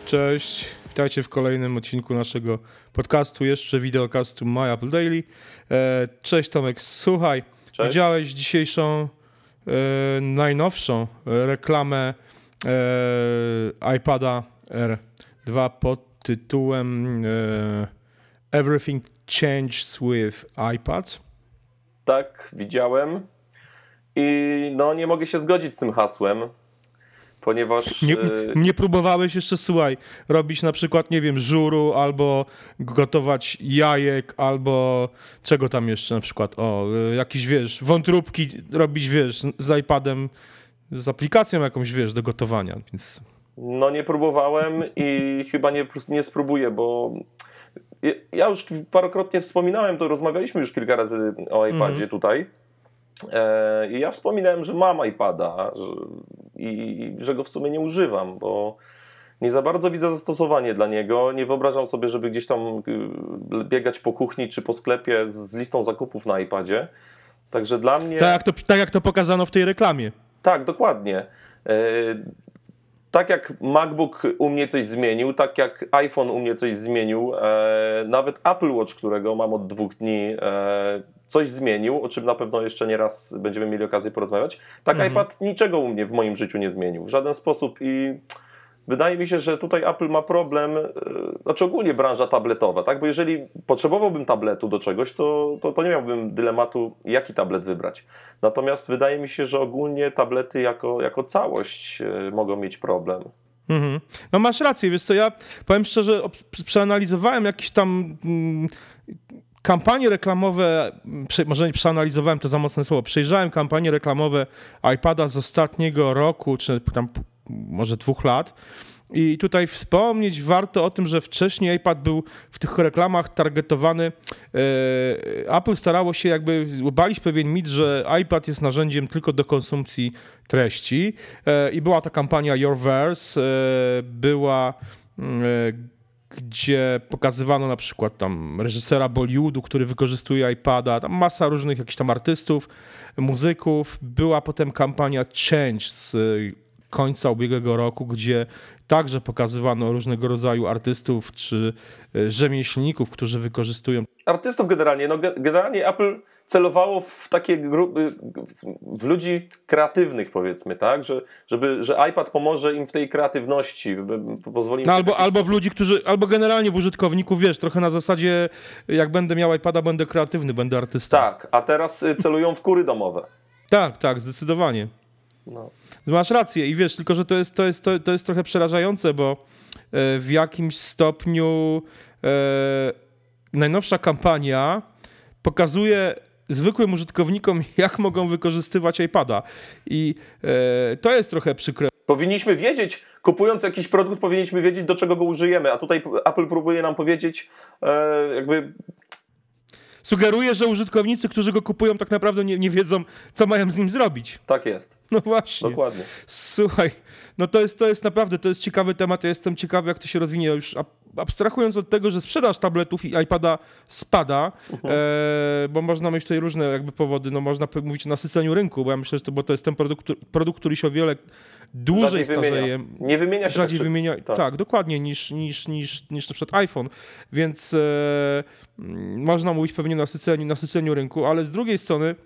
Cześć, witajcie w kolejnym odcinku naszego podcastu, jeszcze wideocastu My Apple Daily. Cześć Tomek, słuchaj, Cześć. Widziałeś dzisiejszą najnowszą reklamę iPada R2 pod tytułem Everything Changes with iPad? Tak, widziałem i nie mogę się zgodzić z tym hasłem, ponieważ... Nie próbowałeś jeszcze, słuchaj, robić na przykład, nie wiem, żuru, albo gotować jajek, albo czego tam jeszcze na przykład, jakieś, wiesz, wątróbki robić, wiesz, z iPadem, z aplikacją jakąś, wiesz, do gotowania, więc... nie próbowałem i chyba nie spróbuję, bo ja już parokrotnie wspominałem, to rozmawialiśmy już kilka razy o iPadzie tutaj. I ja wspominałem, że mam iPada i że go w sumie nie używam, bo nie za bardzo widzę zastosowanie dla niego. Nie wyobrażam sobie, żeby gdzieś tam biegać po kuchni czy po sklepie z listą zakupów na iPadzie. Także dla mnie... Tak jak to pokazano w tej reklamie. Tak, dokładnie. Tak jak MacBook u mnie coś zmienił, tak jak iPhone u mnie coś zmienił, nawet Apple Watch, którego mam od 2 dni, coś zmienił, o czym na pewno jeszcze nie raz będziemy mieli okazję porozmawiać. Tak iPad niczego u mnie w moim życiu nie zmienił, w żaden sposób i wydaje mi się, że tutaj Apple ma problem, znaczy ogólnie branża tabletowa, tak? Bo jeżeli potrzebowałbym tabletu do czegoś, to nie miałbym dylematu, jaki tablet wybrać. Natomiast wydaje mi się, że ogólnie tablety jako całość mogą mieć problem. Mhm. No masz rację, wiesz co, ja powiem szczerze, przeanalizowałem jakieś tam kampanie reklamowe, może nie przeanalizowałem, to za mocne słowo, przejrzałem kampanie reklamowe iPada z ostatniego roku, czy tam może 2 lat. I tutaj wspomnieć warto o tym, że wcześniej iPad był w tych reklamach targetowany. Apple starało się jakby obalić pewien mit, że iPad jest narzędziem tylko do konsumpcji treści. I była ta kampania Yourverse, gdzie pokazywano na przykład tam reżysera Bollywoodu, który wykorzystuje iPada, tam masa różnych jakichś tam artystów, muzyków. Była potem kampania Change z końca ubiegłego roku, gdzie także pokazywano różnego rodzaju artystów czy rzemieślników, którzy wykorzystują... Artystów generalnie. Generalnie Apple celowało w takie grupy, w ludzi kreatywnych, powiedzmy, tak? Że iPad pomoże im w tej kreatywności, pozwoli im... albo w ludzi, albo generalnie w użytkowników, wiesz, trochę na zasadzie, jak będę miał iPada, będę kreatywny, będę artystą. Tak, a teraz celują w kury domowe. Tak, zdecydowanie. Masz rację i wiesz, tylko że to jest trochę przerażające, bo w jakimś stopniu najnowsza kampania pokazuje zwykłym użytkownikom, jak mogą wykorzystywać iPada. I to jest trochę przykre. Powinniśmy wiedzieć, kupując jakiś produkt, powinniśmy wiedzieć, do czego go użyjemy, a tutaj Apple próbuje nam powiedzieć Sugeruje, że użytkownicy, którzy go kupują, tak naprawdę nie wiedzą, co mają z nim zrobić. Tak jest. No właśnie. Dokładnie. Słuchaj, to jest naprawdę, to jest ciekawy temat. Ja jestem ciekawy, jak to się rozwinie. Już abstrahując od tego, że sprzedaż tabletów i iPada spada, bo można mieć tutaj różne jakby powody, można mówić o nasyceniu rynku, bo ja myślę, że to jest ten produkt, który się o wiele dłużej starzeje. Nie wymienia się rzadziej wymienia. Tak, dokładnie, niż na przykład iPhone. Więc można mówić pewnie o nasyceniu rynku, ale z drugiej strony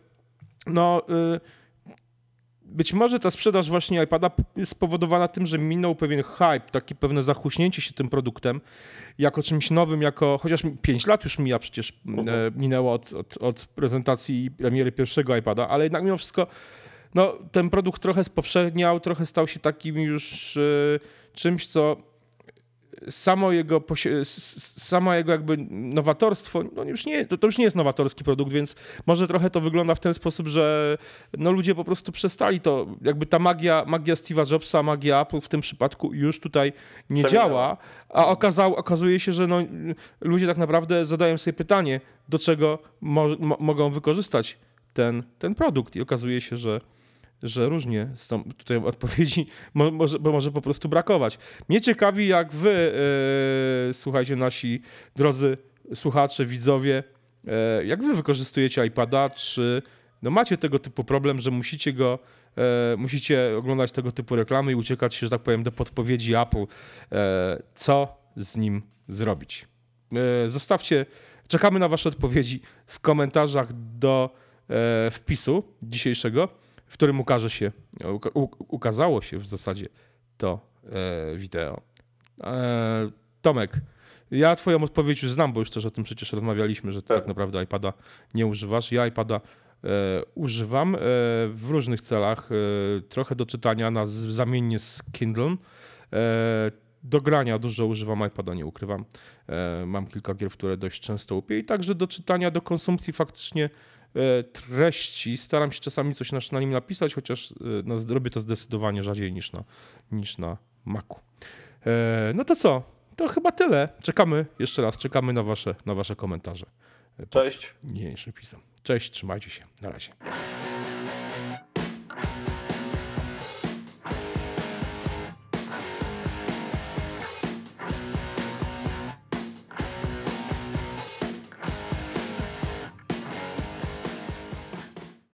być może ta sprzedaż właśnie iPada jest spowodowana tym, że minął pewien hype, takie pewne zachłyśnięcie się tym produktem jako czymś nowym, chociaż 5 lat już minęło od prezentacji i premiery pierwszego iPada, ale jednak mimo wszystko ten produkt trochę spowszedniał, trochę stał się takim już czymś, co samo jego jakby nowatorstwo, to już nie jest nowatorski produkt, więc może trochę to wygląda w ten sposób, że ludzie po prostu przestali to, jakby ta magia Steve'a Jobsa, magia Apple w tym przypadku już tutaj nie działa, a okazuje się, że ludzie tak naprawdę zadają sobie pytanie, do czego mogą wykorzystać ten produkt i okazuje się, że różnie są tutaj odpowiedzi, może po prostu brakować. Mnie ciekawi, jak wy, słuchajcie, nasi drodzy słuchacze, widzowie, jak wy wykorzystujecie iPada, czy macie tego typu problem, że musicie go musicie oglądać tego typu reklamy i uciekać się, że tak powiem, do podpowiedzi Apple, co z nim zrobić. Czekamy na wasze odpowiedzi w komentarzach do wpisu dzisiejszego, w którym ukazało się w zasadzie to wideo. Tomek, ja twoją odpowiedź już znam, bo już też o tym przecież rozmawialiśmy, że ty tak naprawdę iPada nie używasz. Ja iPada używam w różnych celach, trochę do czytania zamiennie z Kindlem. Do grania dużo używam iPada, nie ukrywam. Mam kilka gier, w które dość często łupię i także do czytania, do konsumpcji faktycznie treści. Staram się czasami coś na nim napisać, chociaż robię to zdecydowanie rzadziej niż na Macu. No to co? To chyba tyle. Jeszcze raz czekamy na wasze komentarze. Cześć. Niniejszym pisem. Cześć, trzymajcie się. Na razie.